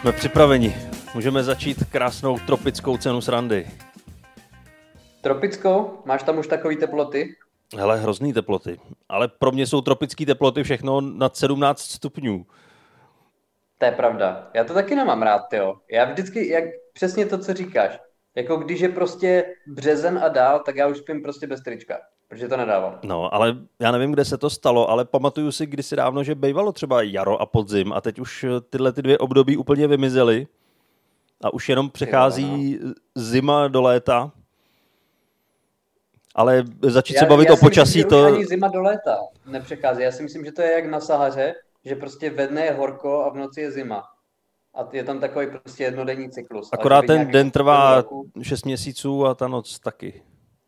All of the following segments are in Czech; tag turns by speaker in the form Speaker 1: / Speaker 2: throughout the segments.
Speaker 1: Jsme připraveni. Můžeme začít krásnou tropickou cenu srandy.
Speaker 2: Tropickou? Máš tam už takový teploty?
Speaker 1: Hele, hrozný teploty. Ale pro mě jsou tropické teploty všechno nad 17 stupňů.
Speaker 2: To je pravda. Já to taky nemám rád, tyjo. Já vždycky, jak přesně to, co říkáš. Jako když je prostě březen a dál, tak já už spím prostě bez trička. Protože to nedávám.
Speaker 1: No, ale já nevím, kde se to stalo, ale pamatuju si kdysi dávno, že bývalo třeba jaro a podzim a teď už tyhle ty dvě období úplně vymizely a už jenom přechází zima do léta. Ale začít se bavit o počasí,
Speaker 2: myslím,
Speaker 1: to...
Speaker 2: ani zima do léta nepřechází. Já si myslím, že to je jak na Sahaře, že prostě ve dne je horko a v noci je zima. A je tam takový prostě jednodenní cyklus.
Speaker 1: Akorát ten den trvá 6 měsíců a ta noc taky.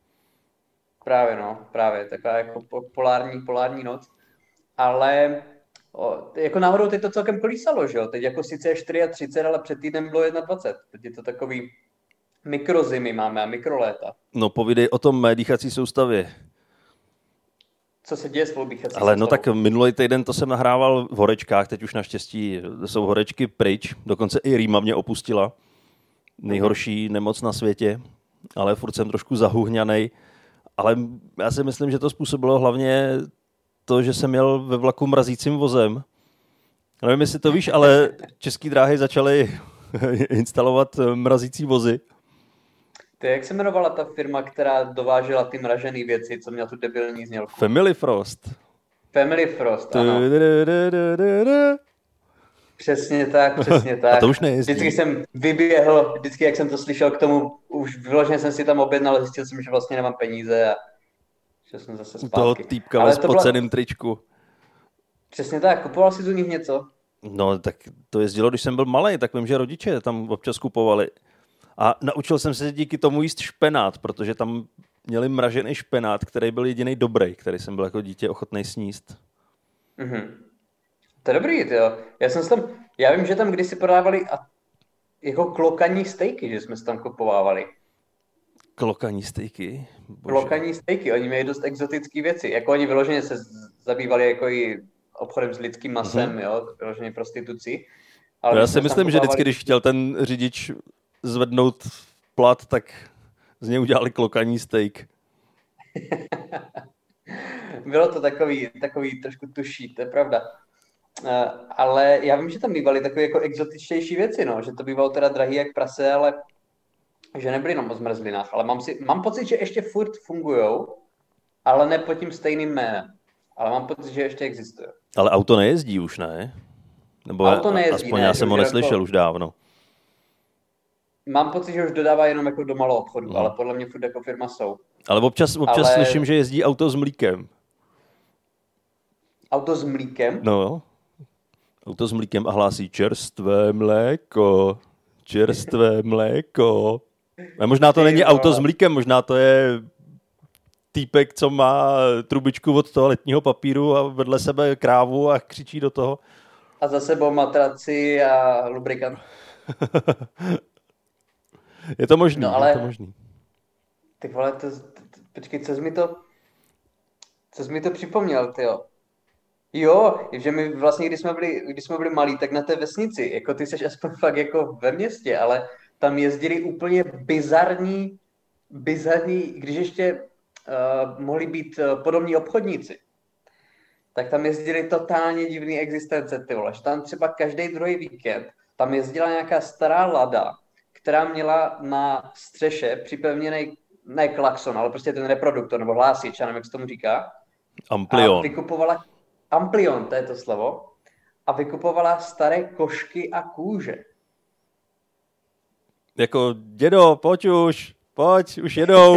Speaker 2: Právě, taková jako polární noc. Ale jako náhodou teď to celkem kolísalo, že jo? Teď jako sice je 34, ale před týdnem bylo 21. Teď je to takový mikrozimy máme a mikroléta.
Speaker 1: No povídej o tom mé dýchací soustavě.
Speaker 2: Co se děje s tvou dýchací
Speaker 1: soustavou? Ale no tak
Speaker 2: soustavou?
Speaker 1: minulý týden to jsem nahrával v horečkách, teď už naštěstí jsou horečky pryč, dokonce i rýma mě opustila. Nejhorší nemoc na světě, ale furt jsem trošku zahuhňanej. Ale já si myslím, že to způsobilo hlavně to, že jsem jel ve vlaku mrazícím vozem. Nevím, jestli to víš, ale České dráhy začaly instalovat mrazící vozy.
Speaker 2: Ty, jak se jmenovala ta firma, která dovážela ty mražené věci, co měla tu debilní znělku?
Speaker 1: Family Frost.
Speaker 2: Family Frost, ano. Přesně tak.
Speaker 1: A to už nejezdí.
Speaker 2: Vždycky jsem vyběhl, vždycky jak jsem to slyšel k tomu, už vyloženě jsem si tam objednal, zjistil jsem, že vlastně nemám peníze a šel jsem zase zpátky.
Speaker 1: Toho týpka ve spoceném tričku.
Speaker 2: Přesně tak, kupoval jsi z nich něco?
Speaker 1: No tak to jezdilo, když jsem byl malej, tak vím, že rodiče tam občas kupovali. A naučil jsem se díky tomu jíst špenát, protože tam měli mražený špenát, který byl jediný dobrý, který jsem byl jako dítě ochotnej sníst.
Speaker 2: To je dobrý, jo. Já vím, že tam kdysi podávali jako klokaní stejky, že jsme se tam kupovávali.
Speaker 1: Klokaní stejky?
Speaker 2: Klokaní stejky, oni měli dost exotické věci. Jako oni vyloženě se zabývali jako i obchodem s lidským masem, jo, vyloženě prostitucí.
Speaker 1: Ale já si myslím, že vždycky, když chtěl ten řidič zvednout plat, tak z něj udělali klokaní steak.
Speaker 2: Bylo to takový trošku tuší, to je pravda. Ale já vím, že tam bývaly takové jako exotičtější věci, no, že to bývalo teda drahý jak prase, ale že nebyly jenom o zmrzlinách. Ale mám pocit, že ještě furt fungujou, ale ne pod tím stejným jménem. Ale mám pocit, že ještě existuje.
Speaker 1: Ale auto nejezdí už, ne? Nebo
Speaker 2: auto nejezdí,
Speaker 1: aspoň já jsem ho neslyšel už dávno.
Speaker 2: Mám pocit, že už dodává jenom jako do malou obchodu, ale podle mě furt jako firma jsou.
Speaker 1: Ale občas slyším, že jezdí auto s mlíkem.
Speaker 2: Auto s mlíkem?
Speaker 1: No, auto s mlíkem a hlásí čerstvé mléko. A možná to není auto s mlíkem, možná to je týpek, co má trubičku od toaletního papíru a vedle sebe krávu a křičí do toho.
Speaker 2: A za sebou matraci a lubrikant.
Speaker 1: Je to možný,
Speaker 2: no, ale...
Speaker 1: je to možný.
Speaker 2: Ty vole, počkej, co jsi mi to připomněl, tyjo. Jo, že my vlastně, když jsme byli malí, tak na té vesnici, jako ty seš aspoň fakt jako ve městě, ale tam jezdili úplně bizarní, když ještě mohli být podobní obchodníci, tak tam jezdili totálně divný existence, ty vole. Že tam třeba každý druhý víkend tam jezdila nějaká stará Lada, která měla na střeše připevněný, ne klakson, ale prostě ten reproduktor, nebo hlásič, já nevím, jak se tomu říká.
Speaker 1: Amplion.
Speaker 2: A vykupovala amplion, to je to slovo. A vykupovala staré košky a kůže.
Speaker 1: Jako, dědo, pojď, už jedou.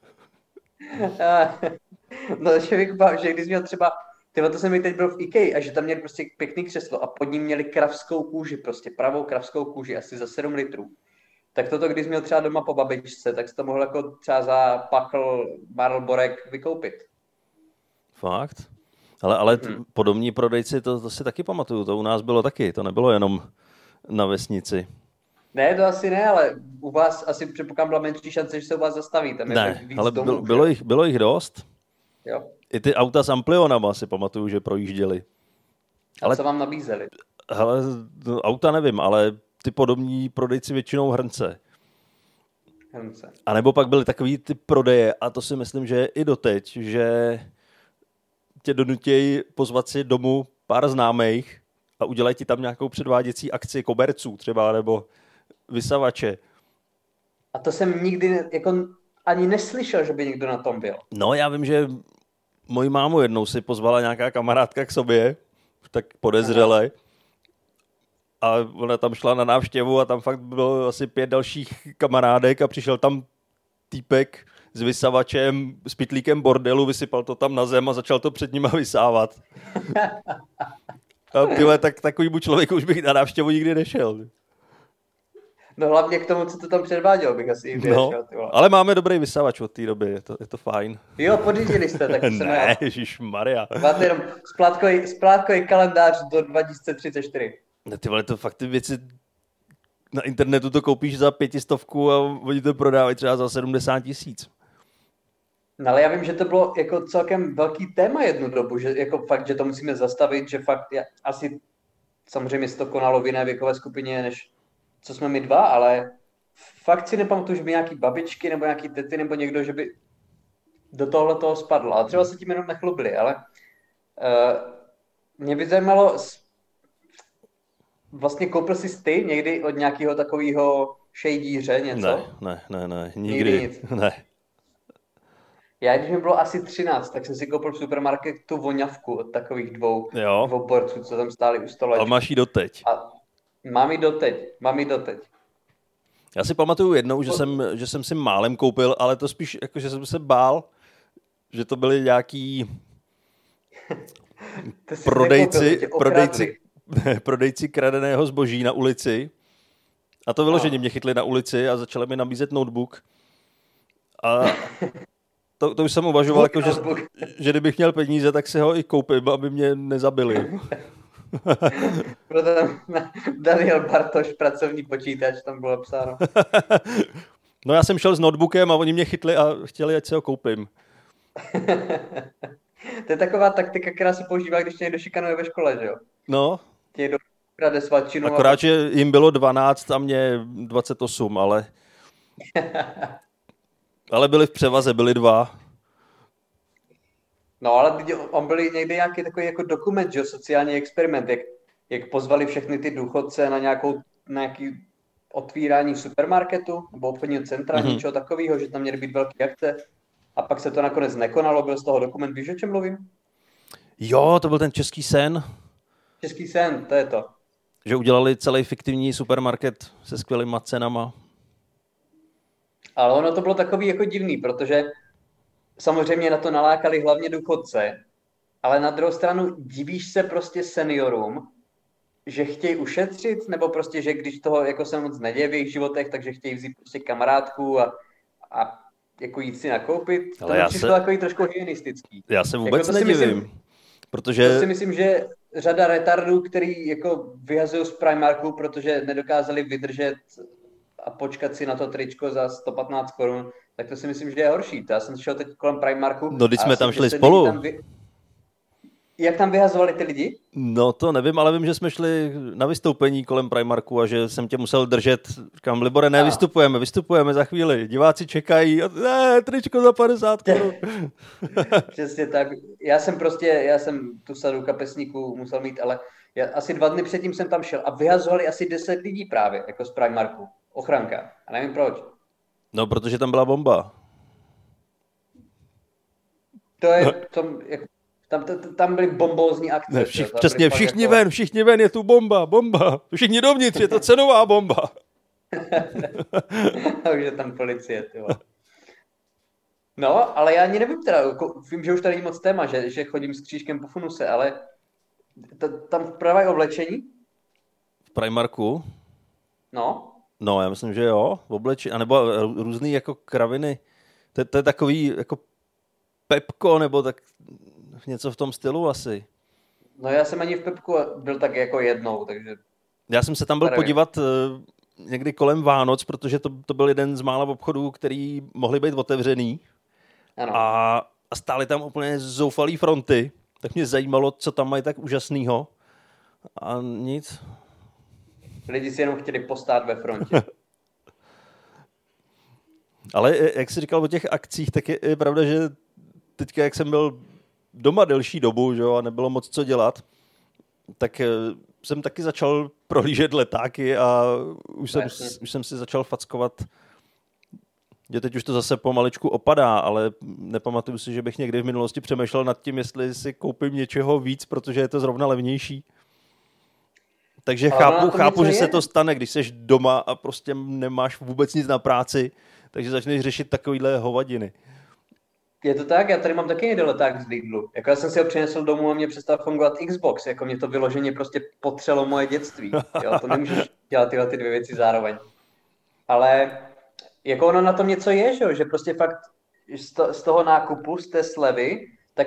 Speaker 2: No, že vykupovala, že když měl třeba, to jsem mi teď byl v IKEA, a že tam měli prostě pěkný křeslo a pod ním měli kravskou kůži, prostě pravou kravskou kůži, asi za 7 litrů. Tak toto, když měl třeba doma po babičce, tak si to mohl jako třeba za pachl Marlborek vykoupit.
Speaker 1: Fakt? Ale podobní prodejci, to si taky pamatuju, to u nás bylo taky, to nebylo jenom na vesnici.
Speaker 2: Ne, to asi ne, ale u vás asi předpokládám byla menší šance, že se u vás zastaví. Tam
Speaker 1: ne,
Speaker 2: víc
Speaker 1: ale
Speaker 2: domů,
Speaker 1: bylo jich dost.
Speaker 2: Jo.
Speaker 1: I ty auta s amplionama si pamatuju, že projížděli.
Speaker 2: Ale co vám nabízeli?
Speaker 1: Hele, auta nevím, ale ty podobní prodejci většinou hrnce.
Speaker 2: Hrnce.
Speaker 1: A nebo pak byly takový ty prodeje, a to si myslím, že je i doteď, že tě donutějí pozvat si domů pár známých a udělají ti tam nějakou předváděcí akci koberců třeba, nebo vysavače.
Speaker 2: A to jsem nikdy jako ani neslyšel, že by někdo na tom byl.
Speaker 1: No, já vím, že moji mámu jednou si pozvala nějaká kamarádka k sobě, tak podezřele. A ona tam šla na návštěvu a tam fakt bylo asi 5 dalších kamarádek a přišel tam týpek s vysavačem, s pytlíkem bordelu, vysypal to tam na zem a začal to před nima vysávat. A tyhle, tak takovýmu člověku už bych na návštěvu nikdy nešel.
Speaker 2: No hlavně k tomu, co to tam předváděl, bych asi i vyšel.
Speaker 1: No, ale máme dobrý vysavač od té doby, je to fajn.
Speaker 2: Jo, pořídili jste, tak to
Speaker 1: ne, ježišmarja.
Speaker 2: Máte jenom splátkový kalendář do 2034.
Speaker 1: Ne, ty vole, to fakt ty věci na internetu to koupíš za 500 a oni to prodávají třeba za 70 000.
Speaker 2: No ale já vím, že to bylo jako celkem velký téma jednu dobu, že jako fakt, že to musíme zastavit, že fakt asi samozřejmě se to konalo v jiné věkové skupině, než co jsme my dva, ale fakt si nepamatuju, že by nějaký babičky nebo nějaký tety nebo někdo, že by do tohle toho spadl. A třeba se tím jenom nechlubili, ale mě by zajímalo, vlastně koupil jsi ty někdy od nějakého takového šejdíře něco?
Speaker 1: Ne, nikdy
Speaker 2: nic.
Speaker 1: Ne.
Speaker 2: Já, když mi bylo asi 13, tak jsem si koupil v supermarketu voňavku od takových dvou borců, co tam stáli u stolečku.
Speaker 1: A máš ji doteď.
Speaker 2: A mám ji doteď.
Speaker 1: Já si pamatuju jednou, že jsem si málem koupil, ale to spíš, jako, že jsem se bál, že to byli nějaký prodejci kradeného zboží na ulici. A to vyloženě mě chytli na ulici a začali mi nabízet notebook. A to už jsem uvažoval, jako, že kdybych měl peníze, tak si ho i koupím, aby mě nezabili.
Speaker 2: Proto tam Daniel Bartoš, pracovní počítač, tam bylo psáno.
Speaker 1: No já jsem šel s notebookem a oni mě chytli a chtěli, ať si ho koupím.
Speaker 2: To je taková taktika, která se používá, když tě někdo šikanuje ve škole, že jo?
Speaker 1: No.
Speaker 2: Tě někdo krade svačinu.
Speaker 1: Akorát, že jim bylo 12 a mě 28, ale byli v převaze, byli 2.
Speaker 2: No, ale on byl někdy nějaký takový jako dokument, že sociální experiment, jak pozvali všechny ty důchodce na nějaký otvírání supermarketu nebo obchodního centra, něčeho takového, že tam měly být velké akce a pak se to nakonec nekonalo, byl z toho dokument, víš, o čem mluvím?
Speaker 1: Jo, to byl ten Český sen.
Speaker 2: Český sen, to je to.
Speaker 1: Že udělali celý fiktivní supermarket se skvělýma cenama.
Speaker 2: Ale ono to bylo takový jako divný, protože samozřejmě na to nalákali hlavně důchodce, ale na druhou stranu divíš se prostě seniorům, že chtějí ušetřit, nebo prostě, že když toho jako se moc neděje v jejich životech, takže chtějí vzít prostě kamarádku a jako jít si nakoupit. Ale to mi přišlo takový trošku hygienistický.
Speaker 1: Já se vůbec jako nedivím. Protože...
Speaker 2: To si myslím, že řada retardů, který jako vyhazují z Primarku, protože nedokázali vydržet a počkat si na to tričko za 115 korun, tak to si myslím, že je horší. To já jsem šel teď kolem Primarku.
Speaker 1: No, když jsme tam šli spolu.
Speaker 2: Jak tam vyhazovali ty lidi?
Speaker 1: No to nevím, ale vím, že jsme šli na vystoupení kolem Primarku a že jsem tě musel držet. Říkám, Libore, ne, vystupujeme za chvíli. Diváci čekají. Ne, tričko za 50 korun.
Speaker 2: Přesně tak. Já jsem tu sadu kapesníků musel mít, ale asi 2 dny předtím jsem tam šel a vyhazovali asi 10 lidí právě, jako z Primarku. Ochranka. A nevím proč.
Speaker 1: No, protože tam byla bomba.
Speaker 2: Tam byly bombózní akce.
Speaker 1: Ne, přesně, všichni ven, je tu bomba. Všichni dovnitř, je to cenová bomba.
Speaker 2: A už je tam policie, ty vole. No, ale já ani nevím teda, vím, že už tady je moc téma, že chodím s křížkem po funuse, ale tam vprava je oblečení?
Speaker 1: V Primarku?
Speaker 2: No.
Speaker 1: No, já myslím, že jo, v oblečení, anebo různý jako kraviny. To je takový jako Pepko, nebo tak něco v tom stylu asi.
Speaker 2: No já jsem ani v Pepku byl tak jako jednou, takže...
Speaker 1: Já jsem se tam byl podívat někdy kolem Vánoc, protože to byl jeden z mála obchodů, který mohly být otevřený.
Speaker 2: Ano.
Speaker 1: A stály tam úplně zoufalý fronty, tak mě zajímalo, co tam mají tak úžasnýho. A nic.
Speaker 2: Lidi si jenom chtěli postát ve frontě.
Speaker 1: Ale jak jsi říkal o těch akcích, tak je pravda, že teďka, jak jsem byl doma delší dobu, že jo, a nebylo moc co dělat, tak jsem taky začal prohlížet letáky a už jsem si začal fackovat, že teď už to zase pomaličku opadá, ale nepamatuju si, že bych někdy v minulosti přemýšlel nad tím, jestli si koupím něčeho víc, protože je to zrovna levnější. Takže chápu, že se to stane, když jsi doma a prostě nemáš vůbec nic na práci, takže začneš řešit takovýhle hovadiny.
Speaker 2: Je to tak, já tady mám taky jeden leták z Lidlu. Jako já jsem si ho přinesl domů a mě přestal fungovat Xbox. Jako mě to vyloženě prostě potřelo moje dětství. Jo, to nemůžeš dělat tyhle ty dvě věci zároveň. Ale jako ono na tom něco je, že prostě fakt z toho nákupu, z té slevy, tak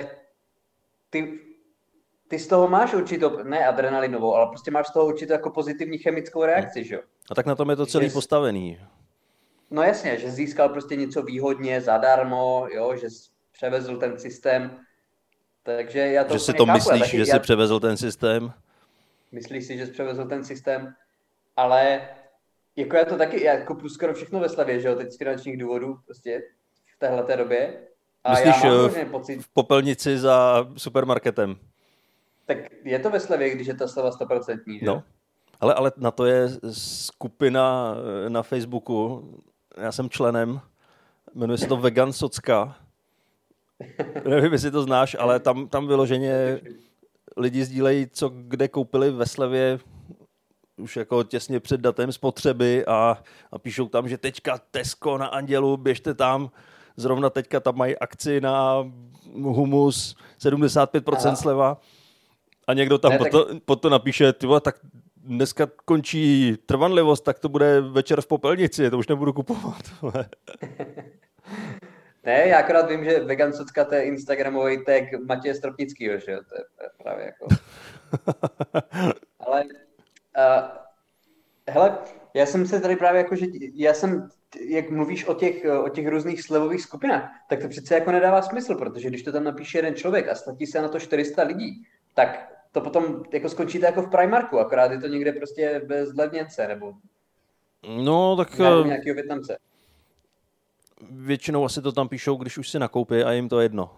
Speaker 2: ty z toho máš určitou, ne adrenalinovou, ale prostě máš z toho určitou jako pozitivní chemickou reakci, že jo.
Speaker 1: A tak na tom je to celý postavený.
Speaker 2: No jasně, že získal prostě něco výhodně, zadarmo, jo, že převezl ten systém. Takže já to
Speaker 1: že si to
Speaker 2: chápu,
Speaker 1: myslíš, že jsi převezl ten systém?
Speaker 2: Myslíš si, že jsi převezl ten systém, ale jako já to taky, já kupuju skoro všechno ve slevě, že jo, teď z finančních důvodů prostě v téhleté době. A
Speaker 1: myslíš
Speaker 2: já mám pocit,
Speaker 1: v popelnici za supermarketem?
Speaker 2: Tak je to ve slevě, když je ta sleva 100%, že?
Speaker 1: No, ale na to je skupina na Facebooku, já jsem členem, jmenuje se to Vegan Socka. Nevím, jestli to znáš, ale tam vyloženě lidi sdílejí, co kde koupili ve slevě už jako těsně před datem spotřeby a píšou tam, že teďka Tesco na Andělu, běžte tam, zrovna teďka tam mají akci na humus, 75% sleva a někdo tam pod to napíše, tyvo, tak dneska končí trvanlivost, tak to bude večer v popelnici, to už nebudu kupovat.
Speaker 2: Ne, já akorát vím, že Vegan Socka, to je instagramový tag Matěje Stropnickýho, že jo, to je právě jako... Ale, hele, já jsem se tady právě jako, že jak mluvíš o těch různých slevových skupinách, tak to přece jako nedává smysl, protože když to tam napíše jeden člověk a sletí se na to 400 lidí, tak to potom jako skončíte jako v Primarku, akorát je to někde prostě bez zlevněnce, nebo
Speaker 1: no, tak
Speaker 2: nějakého Vietnamce.
Speaker 1: Většinou asi to tam píšou, když už si nakoupí a jim to jedno.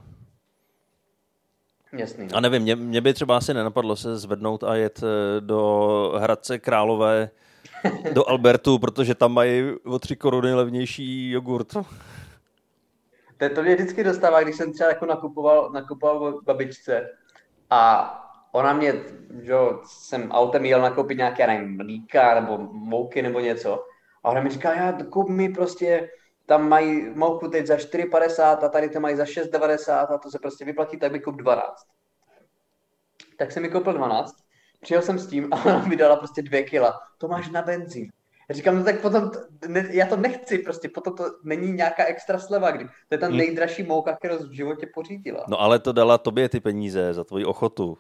Speaker 2: Jasný.
Speaker 1: A nevím, mě by třeba asi nenapadlo se zvednout a jet do Hradce Králové, do Albertu, protože tam mají o 3 koruny levnější jogurt.
Speaker 2: To mě vždycky dostává, když jsem třeba jako nakupoval babičce a ona mě, že jsem autem jel nakoupit nějaké, já nevím, mlíka nebo mouky nebo něco a ona mi říká, já kup mi prostě, tam mají mouku teď za 4,50 a tady to mají za 6,90 a to se prostě vyplatí, tak mi kup 12. Tak jsem mi koupil 12, přijel jsem s tím a ona mi dala prostě 2 kila. To máš na benzín. Já říkám, no tak potom, já to nechci, prostě potom to není nějaká extra sleva, to je ta nejdražší mouka, kterou v životě pořídila.
Speaker 1: No ale to dala tobě ty peníze za tvoji ochotu.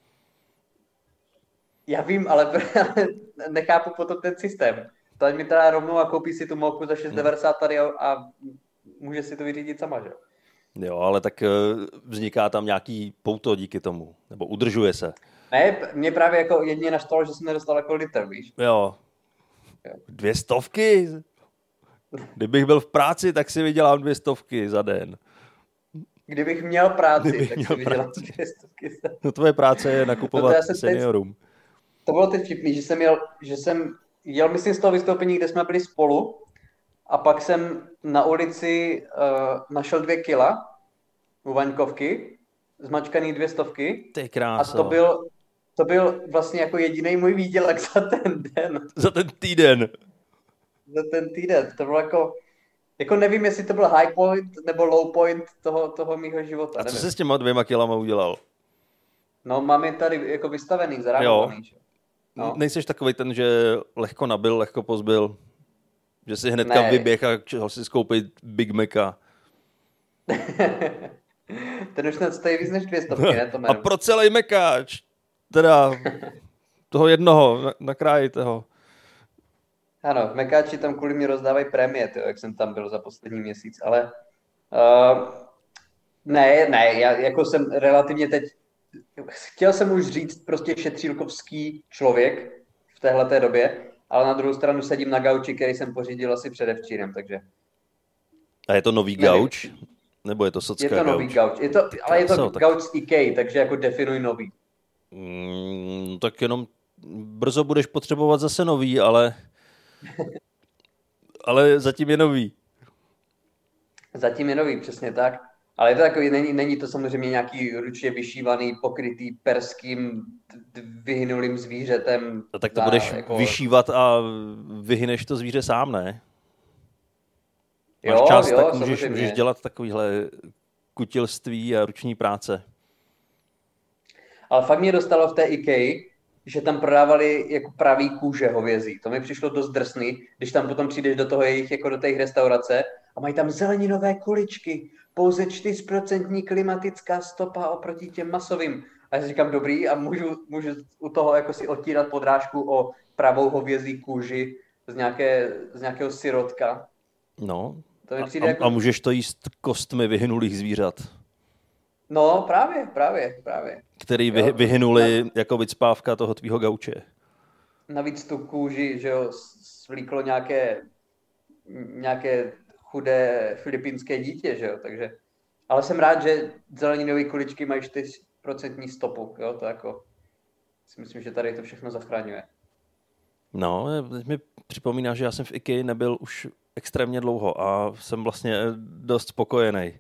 Speaker 2: Já vím, ale nechápu potom ten systém. To mi teda rovnou a koupí si tu mouku za 6,90 tady a může si to vyřídit sama, že?
Speaker 1: Jo, ale tak vzniká tam nějaký pouto díky tomu, nebo udržuje se.
Speaker 2: Ne, mě právě jako jedině naštvalo, že jsem nedostal jako litr, víš?
Speaker 1: Jo. 200? Kdybych byl v práci, tak si vydělám 200 za den.
Speaker 2: Kdybych měl práci, tak si vydělám 200 za den.
Speaker 1: No tvoje práce je nakupovat seniorům.
Speaker 2: To bylo teď vtipný, že jsem jel, myslím, z toho vystoupení, kde jsme byli spolu a pak jsem na ulici našel 2 kila u Vaňkovky, zmačkaný 200.
Speaker 1: Ty kráso.
Speaker 2: A to byl vlastně jako jediný můj výdělek za ten den.
Speaker 1: Za ten týden.
Speaker 2: Za ten týden. To bylo jako nevím, jestli to byl high point nebo low point toho mýho života.
Speaker 1: A co jsi s těma 2 kilama udělal?
Speaker 2: No mám je tady jako vystavený, zarámovaný.
Speaker 1: No. Nejseš takovej ten, že lehko nabil, lehko pozbyl, že si hnedka vyběh a chtěl si skoupit Big Maca.
Speaker 2: Ten už snad stojí víc než 200, ne? To
Speaker 1: a pro celý mekáč, teda toho jednoho, nakrájte ho.
Speaker 2: Ano, v mekáči tam kvůli mě rozdávají prémie, jak jsem tam byl za poslední měsíc, ale ne, já jako jsem relativně teď, chtěl jsem už říct prostě šetřílkovský člověk v téhleté době, ale na druhou stranu sedím na gauči, který jsem pořídil asi předevčírem, takže...
Speaker 1: A je to nový gauč? Nebo je to socka gauč?
Speaker 2: Je to nový gauč, ale je to gauč z IKEA, takže jako definuj nový.
Speaker 1: Tak jenom brzo budeš potřebovat zase nový, ale zatím je nový.
Speaker 2: Zatím je nový, přesně tak. Ale je to takový, není to samozřejmě nějaký ručně vyšívaný, pokrytý perským vyhynulým zvířetem.
Speaker 1: No, tak to budeš jako... vyšívat a vyhyneš to zvíře sám, ne? Máš čas, tak můžeš dělat takovýhle kutilství a ruční práce.
Speaker 2: Ale fakt mě dostalo v té IKEA, že tam prodávali jako pravý kůže hovězí. To mi přišlo dost drsný, když tam potom přijdeš do toho jejich, jako do té restaurace a mají tam zeleninové kuličky, pouze 4% klimatická stopa oproti těm masovým. A já si říkám, dobrý, a můžu u toho jako si otírat podrážku o pravou hovězí kůži z nějakého sirotka.
Speaker 1: No, a můžeš to jíst kostmi vyhynulých zvířat.
Speaker 2: No, právě.
Speaker 1: Který vyhynuli jako vycpávka toho tvýho gauče.
Speaker 2: Navíc tu kůži, že jo, svlíklo nějaké chudé filipínské dítě, že jo, takže... Ale jsem rád, že zeleninové kuličky mají 4% stopu, jo, to jako... Si myslím, že tady to všechno zachraňuje.
Speaker 1: No, mi připomíná, že já jsem v IKEA nebyl už extrémně dlouho a jsem vlastně dost spokojený.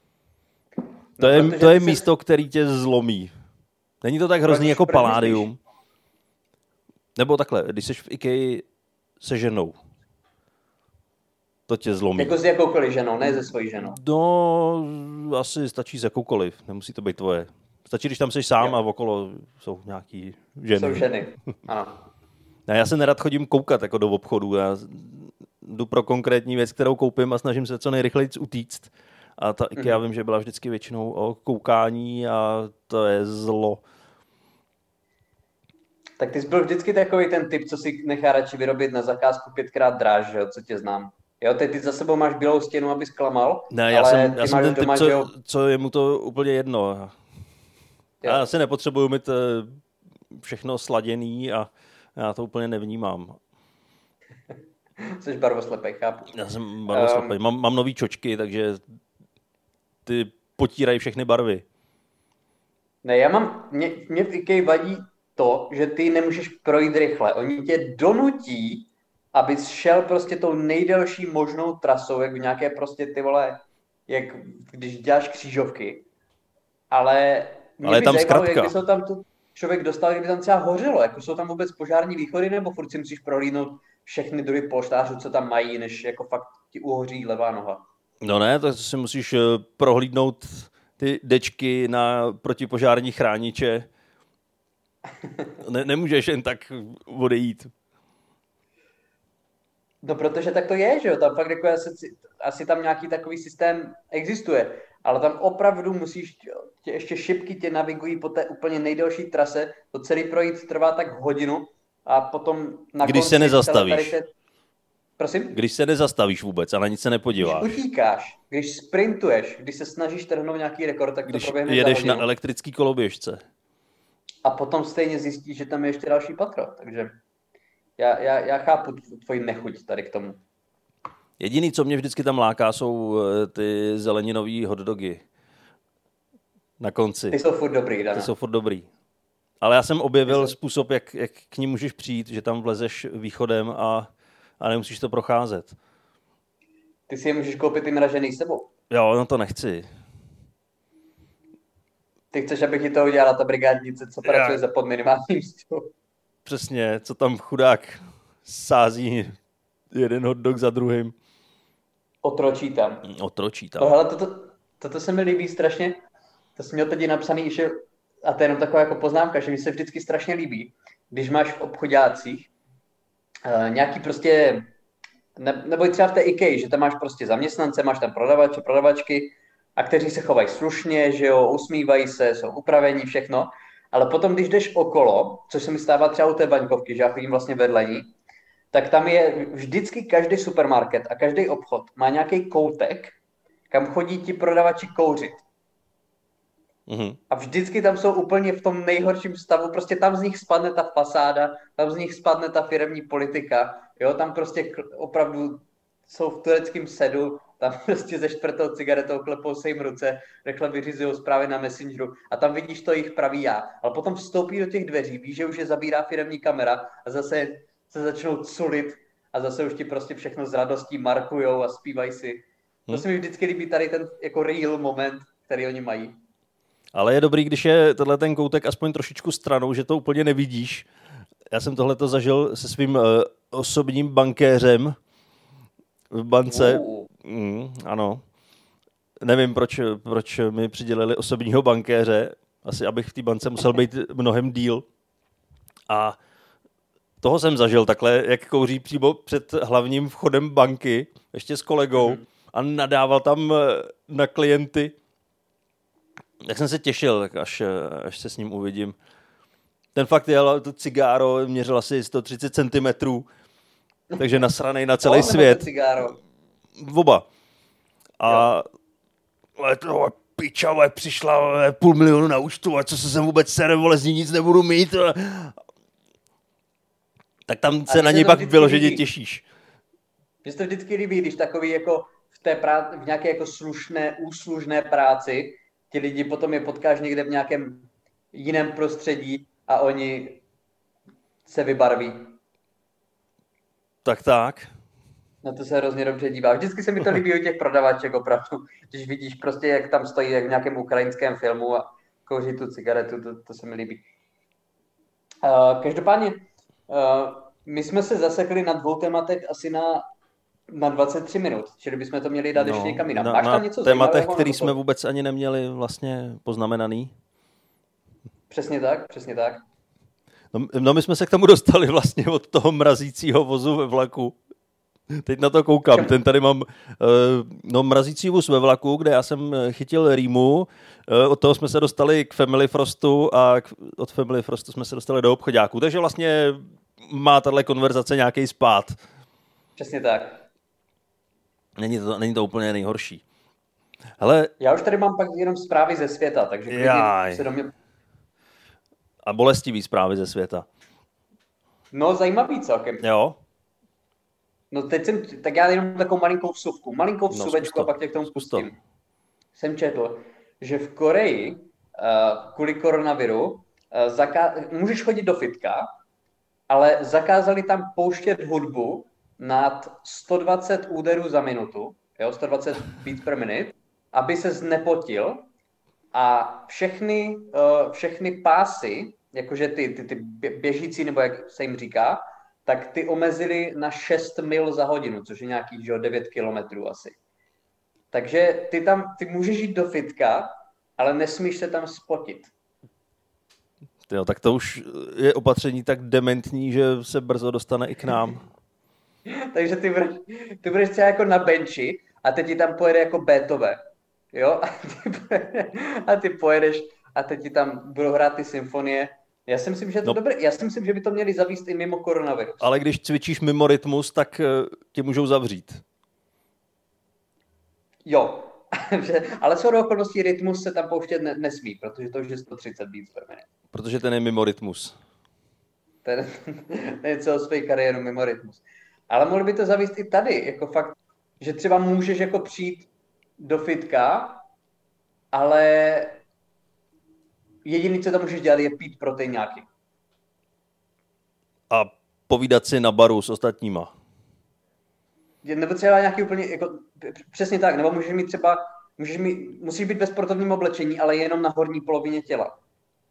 Speaker 1: To je místo, který tě zlomí. Není to tak hrozný jako Palladium. Nebo takhle, když jsi v IKEA se ženou, to tě zlomí.
Speaker 2: Jako s jakoukoliv ženou, ne se svojí ženou.
Speaker 1: No, asi stačí s jakoukoliv, nemusí to být tvoje. Stačí, když tam jsi sám a okolo jsou nějaký ženy.
Speaker 2: Jsou ženy, ano.
Speaker 1: Já se nerad chodím koukat jako do obchodu. Já jdu pro konkrétní věc, kterou koupím a snažím se co nejrychleji utíct. A ta IKEA vím, že byla vždycky většinou o koukání a to je zlo.
Speaker 2: Tak ty jsi byl vždycky takový ten typ, co si nechá radši vyrobit na zakázku 5x dráž, že jo, co tě znám. Jo, ty za sebou máš bílou stěnu, abys klamal.
Speaker 1: Ne, já jsem ten typ, co je mu to úplně jedno. Já si nepotřebuju mít všechno sladěný a já to úplně nevnímám.
Speaker 2: Jsi barvoslepej, chápu.
Speaker 1: Já jsem barvoslepej. Mám nový čočky, takže ty potírají všechny barvy.
Speaker 2: Ne, mě v IKEA vadí to, že ty nemůžeš projít rychle. Oni tě donutí, abys šel prostě tou nejdelší možnou trasou, jak v nějaké prostě ty vole, jak když děláš křížovky. Ale
Speaker 1: je tam zkratka.
Speaker 2: Jak by se tam tu člověk dostal, kdyby tam třeba hořelo. Jako jsou tam vůbec požární východy, nebo furt si musíš prolínout všechny druhy polštářů, co tam mají, než jako fakt ti uhoří levá noha.
Speaker 1: No ne, tak si musíš prohlídnout ty dečky na protipožární chrániče. Nemůžeš jen tak odejít.
Speaker 2: No protože tak to je, že jo, tam fakt jako asi tam nějaký takový systém existuje, ale tam opravdu musíš, ještě šipky tě navigují po té úplně nejdelší trase, to celý projít trvá tak hodinu a potom na
Speaker 1: Když se nezastavíš.
Speaker 2: Prosím?
Speaker 1: Když se nezastavíš vůbec a na nic se nepodíváš.
Speaker 2: Když utíkáš, když sprintuješ, když se snažíš trhnout nějaký rekord, tak
Speaker 1: když
Speaker 2: to proběhne
Speaker 1: jedeš
Speaker 2: za hodinu.
Speaker 1: na elektrický koloběžce.
Speaker 2: A potom stejně zjistíš, že tam je ještě další patro, takže já chápu tvoji nechuť tady k tomu.
Speaker 1: Jediný, co mě vždycky tam láká, jsou ty zeleninový hotdogy. Na konci.
Speaker 2: Ty jsou furt dobrý, Dana.
Speaker 1: Ty jsou furt dobrý. Ale já jsem objevil způsob, jak k ní můžeš přijít, že tam vlezeš východem a nemusíš to procházet.
Speaker 2: Ty si je můžeš koupit i mražený s sebou.
Speaker 1: Jo, no to nechci.
Speaker 2: Ty chceš, abych ti to udělala ta brigádnice, co pracuje za podminimální mzdou.
Speaker 1: Přesně, co tam chudák sází jeden hotdog za druhým.
Speaker 2: Otročí tam.
Speaker 1: No
Speaker 2: hele, toto se mi líbí strašně. To jsem měl teď napsaný, že, a to je jenom taková jako poznámka, že mi se vždycky strašně líbí, když máš v obchodácích nějaký prostě, nebo i třeba v té IKEA, že tam máš prostě zaměstnance, máš tam prodavače, prodavačky, a kteří se chovají slušně, že jo, usmívají se, jsou upravení, všechno. Ale potom, když jdeš okolo, což se mi stává třeba u té baňkovky, že já chodím vlastně vedle ní, tak tam je vždycky každý supermarket a každý obchod má nějaký koutek, kam chodí ti prodavači kouřit. A vždycky tam jsou úplně v tom nejhorším stavu, prostě tam z nich spadne ta fasáda, tam z nich spadne ta firemní politika, jo, tam prostě opravdu jsou v tureckém sedu, tam prostě ze čtvrtou cigaretou klepou se jim ruce, rychle vyřizují zprávy na Messengeru a tam vidíš to jejich pravý já. Ale potom vstoupí do těch dveří, víš, že už je zabírá firemní kamera a zase se začnou culit a zase už ti prostě všechno s radostí markujou a zpívají si. To se mi vždycky líbí tady ten jako real moment, který oni mají.
Speaker 1: Ale je dobrý, když je tenhle ten koutek aspoň trošičku stranou, že to úplně nevidíš. Já jsem tohleto zažil se svým osobním bankéřem v bance. Ano. Nevím, proč mi přidělili osobního bankéře. Asi, abych v té bance musel být mnohem díl. A toho jsem zažil takhle, jak kouří přímo před hlavním vchodem banky, ještě s kolegou, a nadával tam na klienty. Tak jsem se těšil, tak až se s ním uvidím. Ten fakt jel, to cigáro měřil asi 130 cm, takže nasranej na celý svět. Oba. A tohle piča, přišla 500 000 na účtu, a co se sem vůbec sere, vole, z ní nic nebudu mít. Tak tam se na něj pak vyloženě těšíš.
Speaker 2: Mně se to vždycky líbí, když takový jako v nějaké jako úslužné práci ti lidi potom je potkáš někde v nějakém jiném prostředí a oni se vybarví.
Speaker 1: Tak.
Speaker 2: Na to se hrozně dobře dívá. Vždycky se mi to líbí u těch prodavaček opravdu. Když vidíš prostě, jak tam stojí jak v nějakém ukrajinském filmu a kouří tu cigaretu, to se mi líbí. Každopádně, my jsme se zasekli na 2 tématech asi na 23 minut, čili bychom to měli dát ještě někam jinam. Máš tam něco
Speaker 1: tématech, který jsme vůbec ani neměli vlastně poznamenaný.
Speaker 2: Přesně tak.
Speaker 1: No my jsme se k tomu dostali vlastně od toho mrazícího vozu ve vlaku. Teď na to koukám. Ten tady mám mrazící vůz ve vlaku, kde já jsem chytil rýmu. Od toho jsme se dostali k Family Frostu a od Family Frostu jsme se dostali do obchoďáků. Takže vlastně má tahle konverzace nějaký spád.
Speaker 2: Přesně tak.
Speaker 1: Není to úplně nejhorší. Hele,
Speaker 2: já už tady mám pak jenom zprávy ze světa, takže se do mě...
Speaker 1: A bolestivý zprávy ze světa.
Speaker 2: No, zajímavý celkem.
Speaker 1: Jo.
Speaker 2: No tak já jenom takovou malinkou vsuvečku a pak tě k tomu pustím. Jsem četl, že v Koreji kvůli koronaviru můžeš chodit do fitka, ale zakázali tam pouštět hudbu nad 120 úderů za minutu, 120 beats per minute, aby se znepotil a všechny pásy, jakože ty běžící, nebo jak se jim říká, tak ty omezili na 6 mil za hodinu, což je nějakých 9 kilometrů asi. Takže ty můžeš jít do fitka, ale nesmíš se tam spotit.
Speaker 1: Jo, tak to už je opatření tak dementní, že se brzo dostane i k nám.
Speaker 2: Takže ty budeš třeba jako na benči a teď ti tam pojede jako Beethoven. Jo? A ty pojedeš a teď ti tam budou hrát ty symfonie. Já si myslím, že to dobré. Já si myslím, že by to měli zavíst i mimo koronavirus.
Speaker 1: Ale když cvičíš mimo rytmus, tak tě můžou zavřít.
Speaker 2: Jo. Ale shodou okolností rytmus se tam pouštět nesmí, protože to už je 130 beats per minute.
Speaker 1: Protože ten je mimo rytmus.
Speaker 2: Ten je celou svou kariéru mimo rytmus. Ale mohli by to zavést i tady, jako fakt, že třeba můžeš jako přijít do fitka, ale jediný, co tam můžeš dělat, je pít proteináky.
Speaker 1: A povídat si na baru s ostatníma.
Speaker 2: Nebo třeba nějaký úplně, jako, přesně tak, nebo musíš být ve sportovním oblečení, ale jenom na horní polovině těla.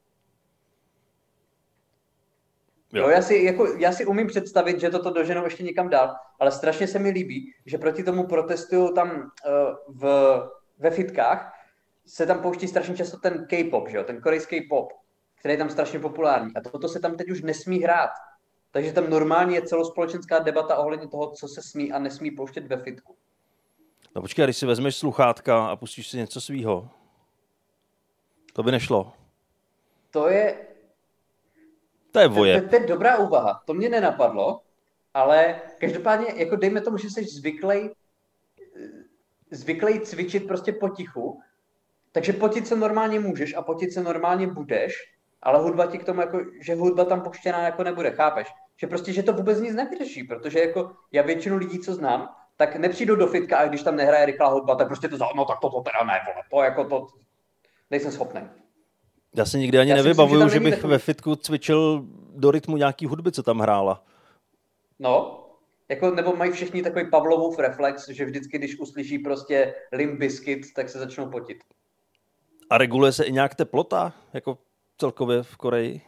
Speaker 2: Jo, já si umím představit, že toto doženou ještě někam dál, ale strašně se mi líbí, že proti tomu protestují tam ve fitkách, se tam pouští strašně často ten K-pop, že jo? Ten korejský pop, který je tam strašně populární. A toto se tam teď už nesmí hrát. Takže tam normálně je celospolečenská debata ohledně toho, co se smí a nesmí pouštět ve fitku.
Speaker 1: No počkej, když si vezmeš sluchátka a pustíš si něco svýho, to by nešlo.
Speaker 2: To je
Speaker 1: voje.
Speaker 2: To je dobrá úvaha. To mě nenapadlo, ale každopádně, jako dejme tomu, že jsi zvyklý cvičit prostě potichu, Takže potit se normálně můžeš a potit se normálně budeš, ale hudba ti k tomu jako, že hudba tam puštěná jako nebude, chápeš? Že prostě, že to vůbec nic nevyřeší, protože jako já většinu lidí, co znám, tak nepřijdou do fitka a když tam nehraje rychlá hudba, tak prostě to no tak to teda ne, vole, to jako to nejsem schopný.
Speaker 1: Já si nikdy ani nevybavuju, že bych ve fitku cvičil do rytmu nějaký hudby, co tam hrála.
Speaker 2: No, jako, nebo mají všichni takový Pavlovův reflex, že vždycky, když uslyší prostě Limp Bizkit, tak se začnou potit.
Speaker 1: A reguluje se i nějak teplota, jako celkově v Koreji?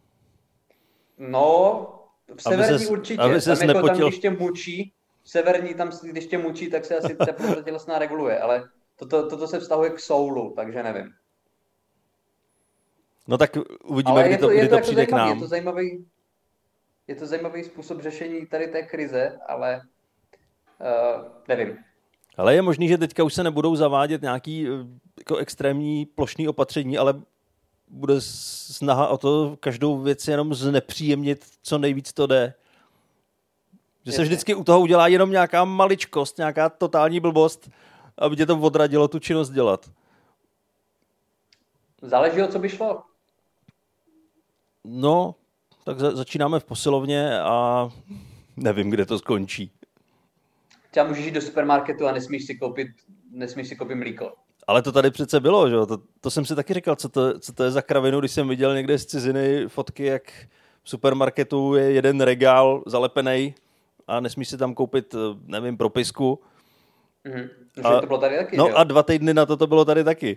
Speaker 2: No, v severní určitě. Tam, jako, tam, když tě mučí, v severní, tam, když tě mučí, tak se asi teplota tělesná reguluje, ale toto se vztahuje k Soulu, takže nevím.
Speaker 1: No tak uvidíme, kdy to přijde k nám.
Speaker 2: Je to zajímavý způsob řešení tady té krize, ale nevím.
Speaker 1: Ale je možný, že teďka už se nebudou zavádět nějaký jako extrémní plošný opatření, ale bude snaha o to každou věc jenom znepříjemnit, co nejvíc to jde. Že se vždycky u toho udělá jenom nějaká maličkost, nějaká totální blbost, aby tě to odradilo tu činnost dělat.
Speaker 2: Záleží, o co by šlo.
Speaker 1: No, tak začínáme v posilovně a nevím, kde to skončí.
Speaker 2: Třeba můžeš jít do supermarketu a nesmíš si koupit mlíko.
Speaker 1: Ale to tady přece bylo, že? To jsem si taky říkal, co to je za kravinu, když jsem viděl někde z ciziny fotky, jak v supermarketu je jeden regál zalepený a nesmíš si tam koupit, nevím, propisku.
Speaker 2: To bylo tady taky,
Speaker 1: no
Speaker 2: jo?
Speaker 1: A 2 týdny na to bylo tady taky.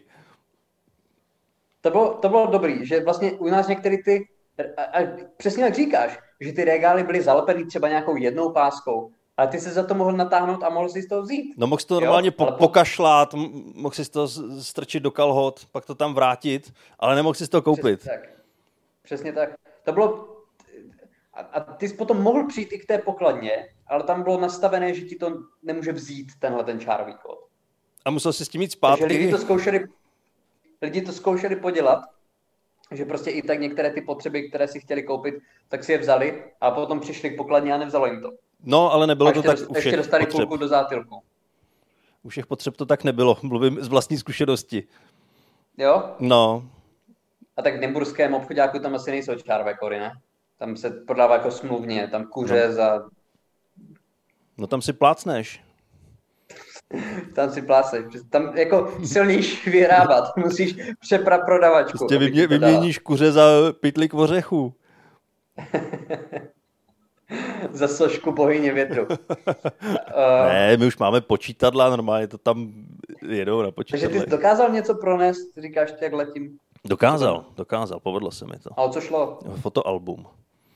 Speaker 2: To bylo dobrý, že vlastně u nás některé ty, a přesně jak říkáš, že ty regály byly zalepený třeba nějakou jednou páskou, ale ty se za to mohl natáhnout a mohl si z toho vzít.
Speaker 1: No mohl si to normálně pokašlát, mohl si to strčit do kalhot, pak to tam vrátit, ale nemohl si to koupit.
Speaker 2: Přesně tak. To bylo... A ty jsi potom mohl přijít i k té pokladně, ale tam bylo nastavené, že ti to nemůže vzít ten čárový kód.
Speaker 1: A musel si s tím jít zpátky.
Speaker 2: Takže lidi to zkoušeli podělat, že prostě i tak některé ty potřeby, které si chtěli koupit, tak si je vzali a potom přišli k pokladně a nevzalo jim to.
Speaker 1: No, ale nebylo to tak u všech
Speaker 2: ještě dostali
Speaker 1: potřeb.
Speaker 2: půlku do zátilku.
Speaker 1: U všech potřeb to tak nebylo. Mluvím z vlastní zkušenosti.
Speaker 2: Jo?
Speaker 1: No.
Speaker 2: A tak v nymburském obchodáku tam asi nejsou čárové kory, ne? Tam se prodává jako smluvně, tam kuře za...
Speaker 1: No tam si plácneš.
Speaker 2: Tam si plácneš. Tam jako silnější vyrábat. Musíš přeprat prodavačku.
Speaker 1: Prostě vyměníš kuře za pytlík ořechů.
Speaker 2: Za sošku bohyně větru.
Speaker 1: Ne, my už máme počítadla, normálně to tam jedou na počítadle.
Speaker 2: Takže ty jsi dokázal něco pronést, říkáš, jak letím?
Speaker 1: Dokázal, povedlo se mi to.
Speaker 2: A o co šlo?
Speaker 1: Fotoalbum.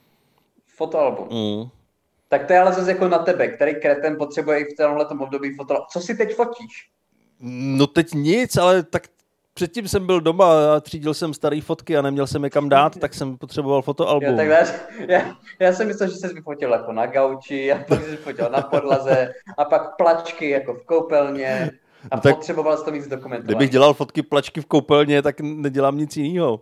Speaker 2: Tak to je ale zase jako na tebe, který kreten potřebuje i v tomhletom období fotoalbum. Co si teď fotíš?
Speaker 1: No teď nic, ale tak předtím jsem byl doma a třídil jsem staré fotky a neměl jsem je kam dát, tak jsem potřeboval fotoalbum.
Speaker 2: Já jsem myslel, že jsi vyfotil jako na gauči, a pak jsi fotil na podlaze a pak plačky jako v koupelně a no potřeboval jsi to mít zdokumentovat.
Speaker 1: Kdybych dělal fotky plačky v koupelně, tak nedělám nic jiného.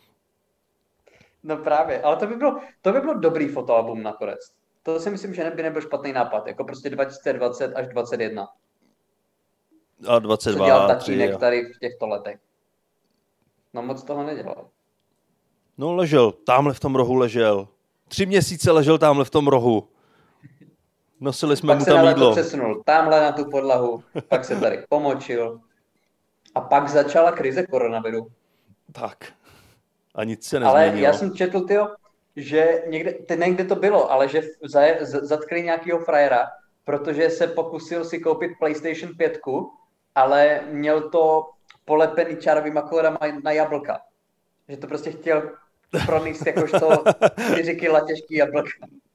Speaker 2: No právě, ale to by bylo dobrý fotoalbum nakonec. To si myslím, že by nebyl špatný nápad, jako prostě 2020 až 2021.
Speaker 1: A 22,
Speaker 2: co dělal tatínek tady v těchto letech. No moc toho nedělal.
Speaker 1: No ležel, tamhle v tom rohu ležel. 3 měsíce ležel tamhle v tom rohu. Nosili jsme
Speaker 2: pak
Speaker 1: mu tam jídlo.
Speaker 2: Pak se přesunul tamhle na tu podlahu, pak se tady pomočil. A pak začala krize koronaviru.
Speaker 1: Tak. A nic se nezměnilo.
Speaker 2: Ale já jsem četl, že někde to bylo, ale že zatkli nějakýho frajera, protože se pokusil si koupit PlayStation 5, ale měl to polepený čárovýma kódama na jablka. Že to prostě chtěl pronést jakožto 4 kila těžký jablka.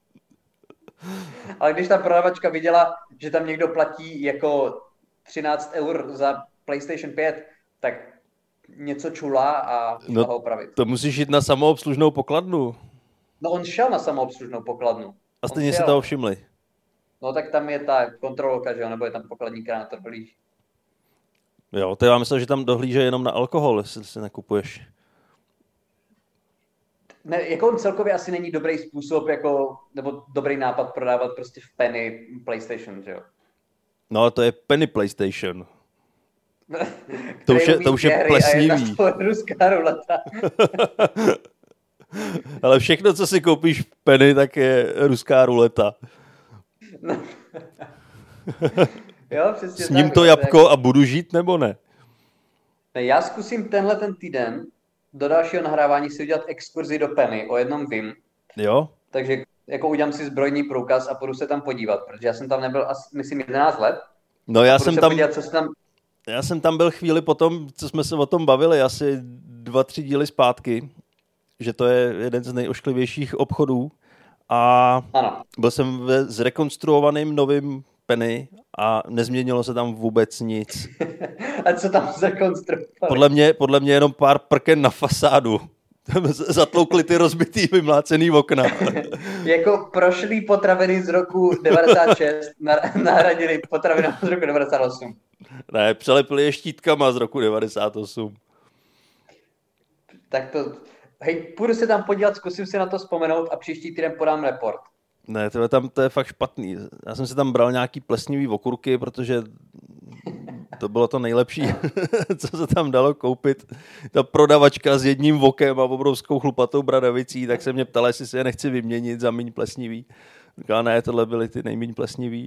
Speaker 2: Ale když ta prodavačka viděla, že tam někdo platí jako 13 eur za PlayStation 5, tak něco čula a šla ho opravit.
Speaker 1: To musíš jít na samoobslužnou pokladnu.
Speaker 2: No on šel na samoobslužnou pokladnu.
Speaker 1: A stejně si toho všimli.
Speaker 2: No tak tam je ta kontrolka, že jo, nebo je tam pokladní, která na to dohlíží.
Speaker 1: Jo, to já myslím, že tam dohlíže jenom na alkohol, jestli si nekupuješ.
Speaker 2: Ne, jako on celkově asi není dobrý způsob, jako, nebo dobrý nápad prodávat prostě v penny PlayStation, že jo?
Speaker 1: No ale to je penny PlayStation. To už je plesnivý.
Speaker 2: A jedna ruská ruleta.
Speaker 1: Ale všechno, co si koupíš v Penny, tak je ruská ruleta.
Speaker 2: No. Jo, přesně.
Speaker 1: Sním to jabko a budu žít, nebo ne?
Speaker 2: Já zkusím ten týden do dalšího nahrávání si udělat exkurzi do Penny, o jednom vím.
Speaker 1: Jo?
Speaker 2: Takže jako udělám si zbrojní průkaz a půjdu se tam podívat, protože já jsem tam nebyl asi, myslím, 11 let.
Speaker 1: No já jsem tam...
Speaker 2: Podívat, co se tam...
Speaker 1: Já jsem tam byl chvíli potom, co jsme se o tom bavili, asi 2-3 díly zpátky, že to je jeden z nejošklivějších obchodů a
Speaker 2: ano.
Speaker 1: Byl jsem ve zrekonstruovaným novým Penny a nezměnilo se tam vůbec nic.
Speaker 2: A co tam
Speaker 1: Podle
Speaker 2: zrekonstruovali?
Speaker 1: mě jenom pár prken na fasádu. Zatloukli ty rozbitý, vymlácený okna.
Speaker 2: Jako prošlý potraviny z roku 96 nahradili potraviny z roku 98.
Speaker 1: Ne, přelepili je štítkama z roku 98.
Speaker 2: Tak to... Hej, půjdu se tam podívat, zkusím si na to vzpomenout a příští týden podám report.
Speaker 1: Ne, to je fakt špatný. Já jsem si tam bral nějaký plesnivý okurky, protože to bylo to nejlepší, co se tam dalo koupit. Ta prodavačka s jedním vokem a obrovskou chlupatou bradavicí, tak se mě ptala, jestli si je nechci vyměnit za míň plesnivý. Říkala, ne, tohle byly ty nejméně plesnivý.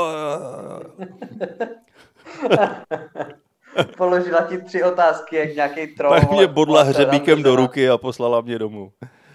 Speaker 2: Položila ti 3 otázky, jak nějaký troll.
Speaker 1: Tak mě bodla hřebíkem do ruky a poslala mě domů.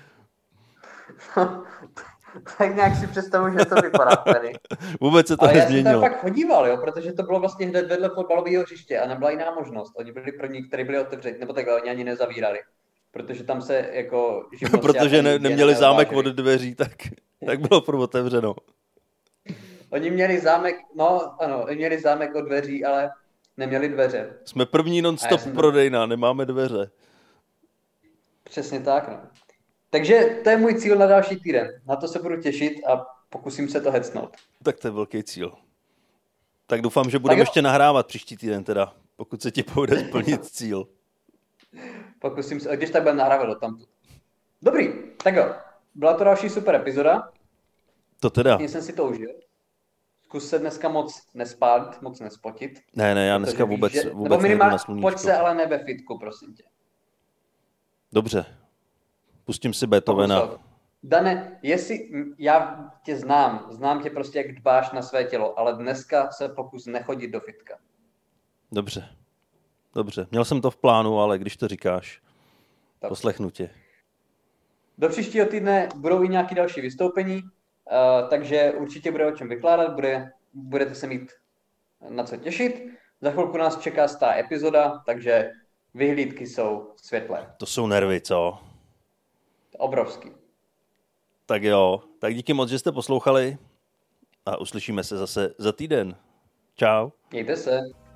Speaker 2: Tak nějak si představuji, že to vypadá tady.
Speaker 1: Vůbec se to nezměnilo.
Speaker 2: Já jsem tam pak chodíval, jo, protože to bylo vlastně hned vedle fotbalového hřiště a nebyla jiná možnost. Oni byli první, kteří byli otevřeni, nebo takhle, oni ani nezavírali. Protože tam se jako...
Speaker 1: Protože neměli zámek od dveří, tak bylo furt otevřeno.
Speaker 2: Oni měli zámek, no ano, oni měli zámek od dveří, ale neměli dveře.
Speaker 1: Jsme první non-stop prodejna, nemáme dveře.
Speaker 2: Přesně tak, no. Takže to je můj cíl na další týden. Na to se budu těšit a pokusím se to hecnout.
Speaker 1: Tak to je velký cíl. Tak doufám, že budeme ještě nahrávat příští týden teda, pokud se ti povede splnit cíl.
Speaker 2: Pokusím se, když tak budeme nahrávat do tamtu. Dobrý, tak jo. Byla to další super epizoda.
Speaker 1: To teda.
Speaker 2: Mně jsem si to užil. Zkus se dneska moc nespát, moc nespotit.
Speaker 1: Ne, já dneska vůbec
Speaker 2: nebo minimálně na sluníčko. Pojď se ale ne ve fitku, prosím tě.
Speaker 1: Dobře. Pustím si Beethovena.
Speaker 2: Dane, jestli já tě znám tě prostě, jak dbáš na své tělo, ale dneska se pokus nechodit do fitka.
Speaker 1: Dobře. Měl jsem to v plánu, ale když to říkáš, poslechnu tě.
Speaker 2: Do příštího týdne budou i nějaké další vystoupení, takže určitě bude o čem vykládat, budete se mít na co těšit. Za chvilku nás čeká 100. epizoda, takže vyhlídky jsou světlé.
Speaker 1: To jsou nervy, co?
Speaker 2: Obrovský.
Speaker 1: Tak jo, tak díky moc, že jste poslouchali a uslyšíme se zase za týden. Čau.
Speaker 2: Mějte se.